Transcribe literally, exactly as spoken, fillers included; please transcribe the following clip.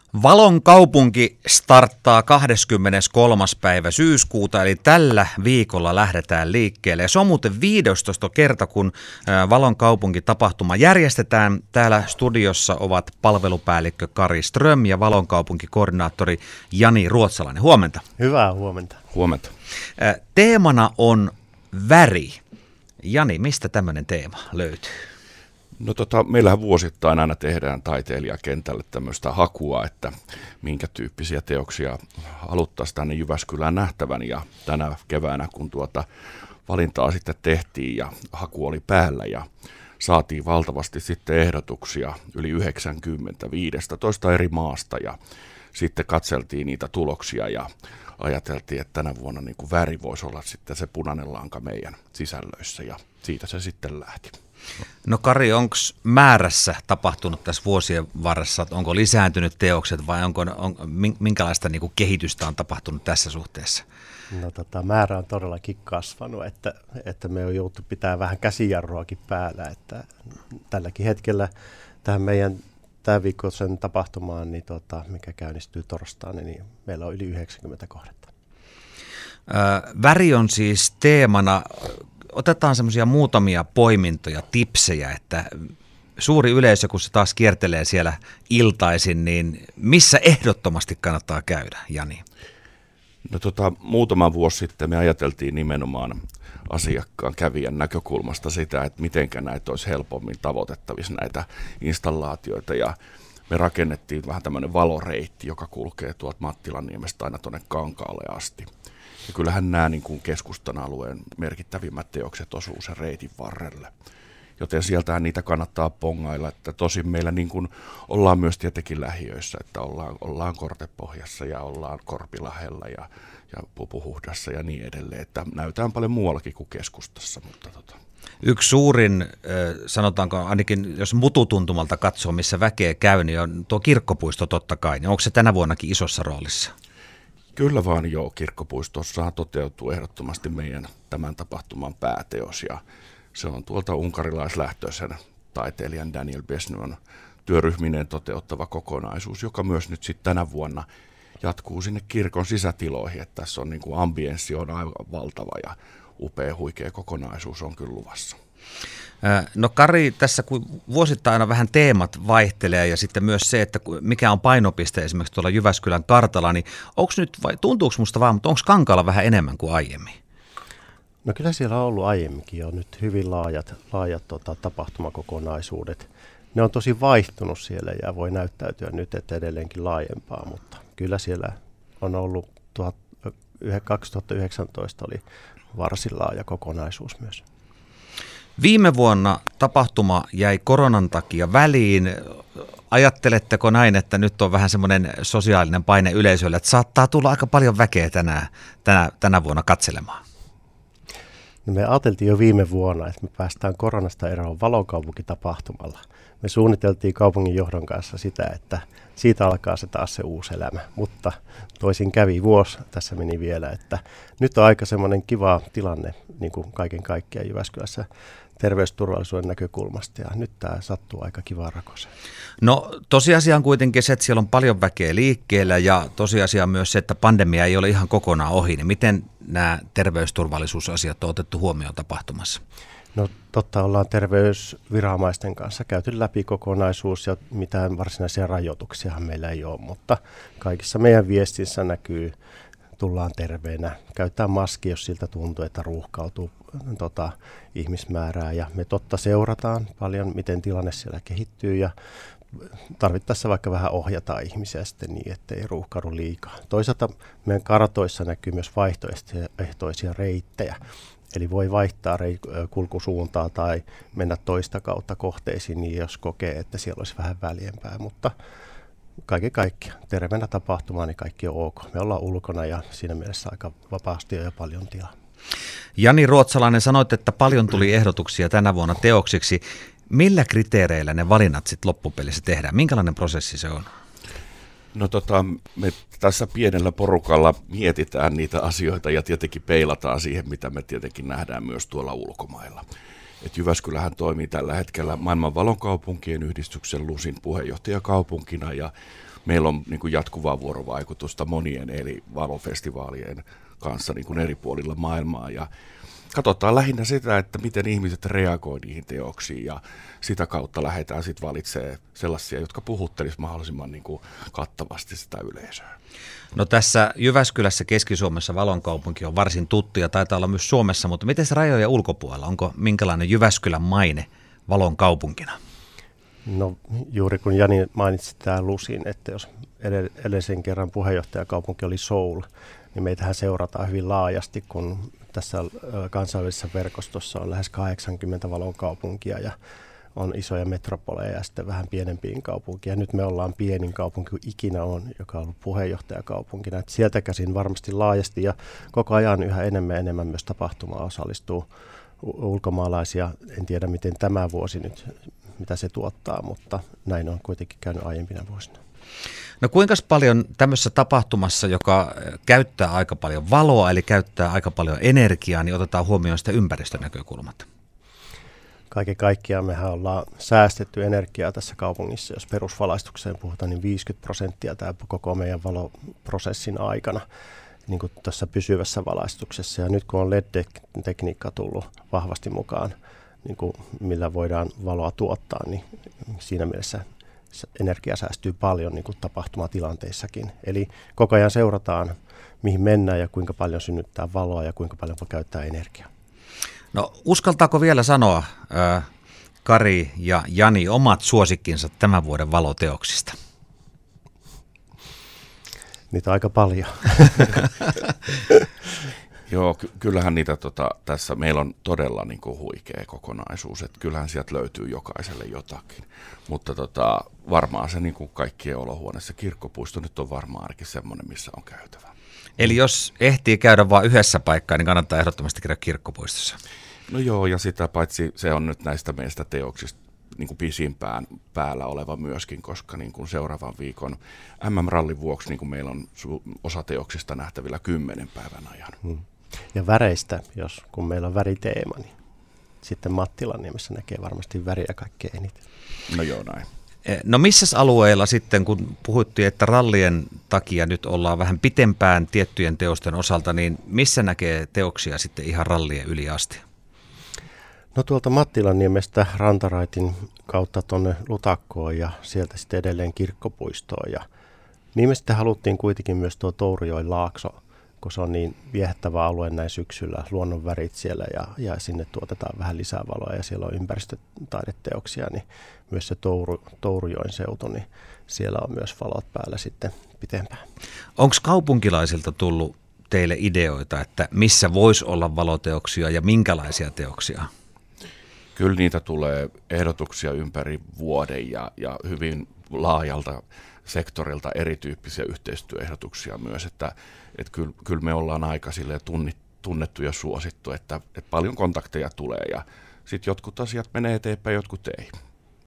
Valon kaupunki starttaa kahdeskymmeneskolmas päivä syyskuuta, eli tällä viikolla lähdetään liikkeelle. Ja se on muuten viidestoista kerta, kun Valon kaupunki tapahtuma järjestetään. Täällä studiossa ovat palvelupäällikkö Kari Ström ja Valon kaupunkikoordinaattori Jani Ruotsalainen. Huomenta. Hyvää huomenta. Huomenta. Teemana on väri. Jani, mistä tämmöinen teema löytyy? No tota, meillähän vuosittain aina tehdään taiteilijakentälle tämmöistä hakua, että minkä tyyppisiä teoksia haluttaisiin tänne Jyväskylään nähtävän. Ja tänä keväänä, kun tuota valintaa sitten tehtiin ja haku oli päällä ja saatiin valtavasti sitten ehdotuksia yli yhdeksänkymmentä viisitoista eri maasta ja sitten katseltiin niitä tuloksia ja ajateltiin, että tänä vuonna niin kuin väri voisi olla sitten se punainen lanka meidän sisällöissä ja siitä se sitten lähti. No Kari, onko määrässä tapahtunut tässä vuosien varressa, onko lisääntynyt teokset vai onko, on, minkälaista niin kuin kehitystä on tapahtunut tässä suhteessa? No tota, määrä on todellakin kasvanut, että, että me on joutu pitää vähän käsijarruakin päällä, että tälläkin hetkellä tähän meidän tämän viikkoisen tapahtumaan, niin tota, mikä käynnistyy torstaina, niin meillä on yli yhdeksänkymmentä kohdetta. Öö, väri on siis teemana. Otetaan semmoisia muutamia poimintoja, tipsejä, että suuri yleisö, kun se taas kiertelee siellä iltaisin, niin missä ehdottomasti kannattaa käydä, Jani? No tota, muutama vuosi sitten me ajateltiin nimenomaan asiakkaan kävijän näkökulmasta sitä, että mitenkä näitä olisi helpommin tavoitettavissa näitä installaatioita ja me rakennettiin vähän tämmöinen valoreitti, joka kulkee tuolta Mattilanniemestä aina tuonne Kankaalle asti. Ja kyllähän nämä niin kuin keskustan alueen merkittävimmät teokset osuu sen reitin varrelle. Joten sieltähän niitä kannattaa pongailla, että tosin meillä niin kuin ollaan myös tietenkin lähiöissä, että ollaan, ollaan Kortepohjassa ja ollaan Korpilahella ja, ja Pupuhuhdassa ja niin edelleen, että näytään paljon muuallakin kuin keskustassa. Mutta tota. Yksi suurin, sanotaanko ainakin jos mututuntumalta katsoo, missä väkeä käy, niin on tuo kirkkopuisto totta kai. Onko se tänä vuonnakin isossa roolissa? Kyllä vaan joo, kirkkopuistossahan toteutuu ehdottomasti meidän tämän tapahtuman pääteos ja se on tuolta unkarilaislähtöisen taiteilijan Daniel Besnuan työryhminen toteuttava kokonaisuus, joka myös nyt sitten tänä vuonna jatkuu sinne kirkon sisätiloihin, että tässä on niin kuin ambienssi on aivan valtava ja upea huikea kokonaisuus on kyllä luvassa. No Kari, tässä kun vuosittain aina vähän teemat vaihtelee ja sitten myös se, että mikä on painopiste esimerkiksi tuolla Jyväskylän kartalla, niin onko nyt, vai tuntuuko musta vaan, mutta onko Kankaalla vähän enemmän kuin aiemmin? No kyllä siellä on ollut aiemminkin jo nyt hyvin laajat, laajat tota, tapahtumakokonaisuudet. Ne on tosi vaihtunut siellä ja voi näyttäytyä nyt, että edelleenkin laajempaa, mutta kyllä siellä on ollut kaksituhattayhdeksäntoista oli varsin laaja kokonaisuus myös. Viime vuonna tapahtuma jäi koronan takia väliin. Ajatteletteko näin, että nyt on vähän semmoinen sosiaalinen paine yleisölle, että saattaa tulla aika paljon väkeä tänä, tänä, tänä vuonna katselemaan? No me ajateltiin jo viime vuonna, että me päästään koronasta eroon Valokaupunkitapahtumalla. Me suunniteltiin kaupungin johdon kanssa sitä, että siitä alkaa se taas se uusi elämä, mutta toisin kävi vuosi, tässä meni vielä, että nyt on aika semmoinen kiva tilanne niin kuin kaiken kaikkiaan Jyväskylässä terveysturvallisuuden näkökulmasta ja nyt tämä sattuu aika kivaan rakoseen. No tosiasia on kuitenkin se, että siellä on paljon väkeä liikkeellä ja tosiasia on myös se, että pandemia ei ole ihan kokonaan ohi, niin miten nämä terveysturvallisuusasiat on otettu huomioon tapahtumassa? No totta, ollaan terveysviranomaisten kanssa käyty läpi kokonaisuus ja mitään varsinaisia rajoituksia meillä ei ole, mutta kaikissa meidän viestissä näkyy, tullaan terveenä, käytetään maski, jos siltä tuntuu, että ruuhkautuu tota, ihmismäärää ja me totta seurataan paljon, miten tilanne siellä kehittyy ja tarvittaessa vaikka vähän ohjataan ihmisiä sitten niin, ettei ruuhkaudu liikaa. Toisaalta meidän kartoissa näkyy myös vaihtoehtoisia reittejä. Eli voi vaihtaa kulkusuuntaa tai mennä toista kautta kohteisiin, niin jos kokee, että siellä olisi vähän väljempää. Mutta kaiken kaikkiaan terveenä tapahtumaan, niin kaikki on ok. Me ollaan ulkona ja siinä mielessä aika vapaasti ja paljon tilaa. Jani Ruotsalainen, sanoit, että paljon tuli ehdotuksia tänä vuonna teoksiksi. Millä kriteereillä ne valinnat sitten loppupelissä tehdään? Minkälainen prosessi se on? No tota, me tässä pienellä porukalla mietitään niitä asioita ja tietenkin peilataan siihen, mitä me tietenkin nähdään myös tuolla ulkomailla. Et Jyväskylähän toimii tällä hetkellä maailman valonkaupunkien yhdistyksen LUSin puheenjohtajakaupunkina ja meillä on niin kuin jatkuvaa vuorovaikutusta monien eri valofestivaalien kanssa niin kuin eri puolilla maailmaa ja katsotaan lähinnä sitä, että miten ihmiset reagoivat niihin teoksiin ja sitä kautta lähdetään sitten valitsemaan sellaisia, jotka puhuttelisivat mahdollisimman niin kuin kattavasti sitä yleisöä. No tässä Jyväskylässä, Keski-Suomessa valonkaupunki on varsin tuttu ja taitaa olla myös Suomessa, mutta miten se rajojen ulkopuolella? Onko minkälainen Jyväskylän maine valonkaupunkina? No juuri kun Jani mainitsi tämä Lusin, että jos edellisen kerran puheenjohtajakaupunki oli Seoul, niin meitähän seurataan hyvin laajasti, kun tässä kansainvälisessä verkostossa on lähes kahdeksankymmentä valonkaupunkia ja on isoja metropoleja ja sitten vähän pienempiin kaupunkia. Nyt me ollaan pienin kaupunki kuin ikinä on, joka on ollut puheenjohtajakaupunkina. Et sieltä käsin varmasti laajasti ja koko ajan yhä enemmän ja enemmän myös tapahtumaan osallistuu ulkomaalaisia. En tiedä, miten tämä vuosi nyt, mitä se tuottaa, mutta näin on kuitenkin käynyt aiempina vuosina. No kuinka paljon tämmöisessä tapahtumassa, joka käyttää aika paljon valoa, eli käyttää aika paljon energiaa, niin otetaan huomioon sitä ympäristönäkökulmat? Kaiken kaikkiaan mehän ollaan säästetty energiaa tässä kaupungissa. Jos perusvalaistukseen puhutaan, niin viisikymmentä prosenttia tämä koko meidän valoprosessin aikana niin kuin tuossa pysyvässä valaistuksessa. Ja nyt kun on L E D-tekniikka tullut vahvasti mukaan, niin kuin millä voidaan valoa tuottaa, niin siinä mielessä energia säästyy paljon niin kuin tapahtumatilanteissakin. Eli koko ajan seurataan, mihin mennään ja kuinka paljon synnyttää valoa ja kuinka paljon voi käyttää energiaa. No uskaltaako vielä sanoa äh, Kari ja Jani omat suosikkinsa tämän vuoden valoteoksista? Niitä aika paljon. Joo, ky- kyllähän niitä tota, tässä, meillä on todella niin kuin huikea kokonaisuus, että kyllähän sieltä löytyy jokaiselle jotakin, mutta tota, varmaan se niin kuin kaikkien olohuoneessa kirkkopuisto nyt on varmaan ainakin semmoinen, missä on käytävä. Eli jos ehtii käydä vain yhdessä paikkaa, niin kannattaa ehdottomasti käydä kirkkopuistossa. No joo, ja sitä paitsi se on nyt näistä meistä teoksista niin kuin pisimpään päällä oleva myöskin, koska niin kuin seuraavan viikon M M-rallin vuoksi niin kuin meillä on su- osa teoksista nähtävillä kymmenen päivän ajan. Hmm. Ja väreistä, jos kun meillä on väriteema, niin sitten Mattilaniemessä näkee varmasti väriä kaikkein eniten. No joo, näin. No missäs alueilla sitten, kun puhuttiin, että rallien takia nyt ollaan vähän pitempään tiettyjen teosten osalta, niin missä näkee teoksia sitten ihan rallien yli asti? No tuolta Mattilaniemestä Rantaraitin kautta tuonne Lutakkoon ja sieltä sitten edelleen Kirkkopuistoon. Ja niin me sitten haluttiin kuitenkin myös tuo Tourijoen laakso, kun se on niin viehättävä alue näin syksyllä, luonnon värit siellä ja, ja sinne tuotetaan vähän lisää valoa ja siellä on ympäristötaideteoksia, niin myös se Touru, Tourujoen seutu, niin siellä on myös valot päällä sitten pitempään. Onko kaupunkilaisilta tullut teille ideoita, että missä voisi olla valoteoksia ja minkälaisia teoksia? Kyllä niitä tulee ehdotuksia ympäri vuoden ja, ja hyvin laajalta sektorilta erityyppisiä yhteistyöehdotuksia myös, että, että kyllä, kyllä me ollaan aika silleen tunnettu ja suosittu, että, että paljon kontakteja tulee ja sitten jotkut asiat menee eteenpäin, jotkut ei.